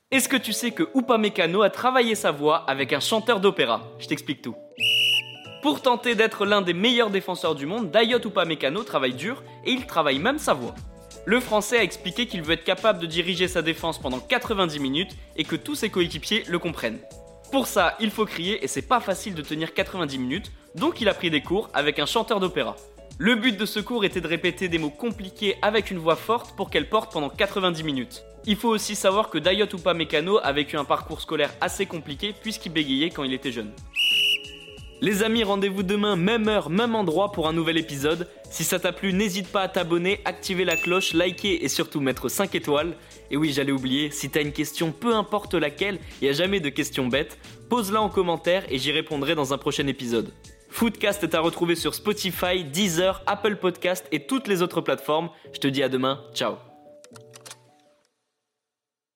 Est-ce que tu sais que Upamecano a travaillé sa voix avec un chanteur d'opéra ? Je t'explique tout. Pour tenter d'être l'un des meilleurs défenseurs du monde, Dayot Upamecano travaille dur et il travaille même sa voix. Le Français a expliqué qu'il veut être capable de diriger sa défense pendant 90 minutes et que tous ses coéquipiers le comprennent. Pour ça, il faut crier et c'est pas facile de tenir 90 minutes, donc il a pris des cours avec un chanteur d'opéra. Le but de ce cours était de répéter des mots compliqués avec une voix forte pour qu'elle porte pendant 90 minutes. Il faut aussi savoir que Dayot Upamecano a vécu un parcours scolaire assez compliqué puisqu'il bégayait quand il était jeune. Les amis, rendez-vous demain, même heure, même endroit pour un nouvel épisode. Si ça t'a plu, n'hésite pas à t'abonner, activer la cloche, liker et surtout mettre 5 étoiles. Et oui, j'allais oublier, si t'as une question, peu importe laquelle, il n'y a jamais de questions bêtes, pose-la en commentaire et j'y répondrai dans un prochain épisode. Footcast est à retrouver sur Spotify, Deezer, Apple Podcast et toutes les autres plateformes. Je te dis à demain, ciao.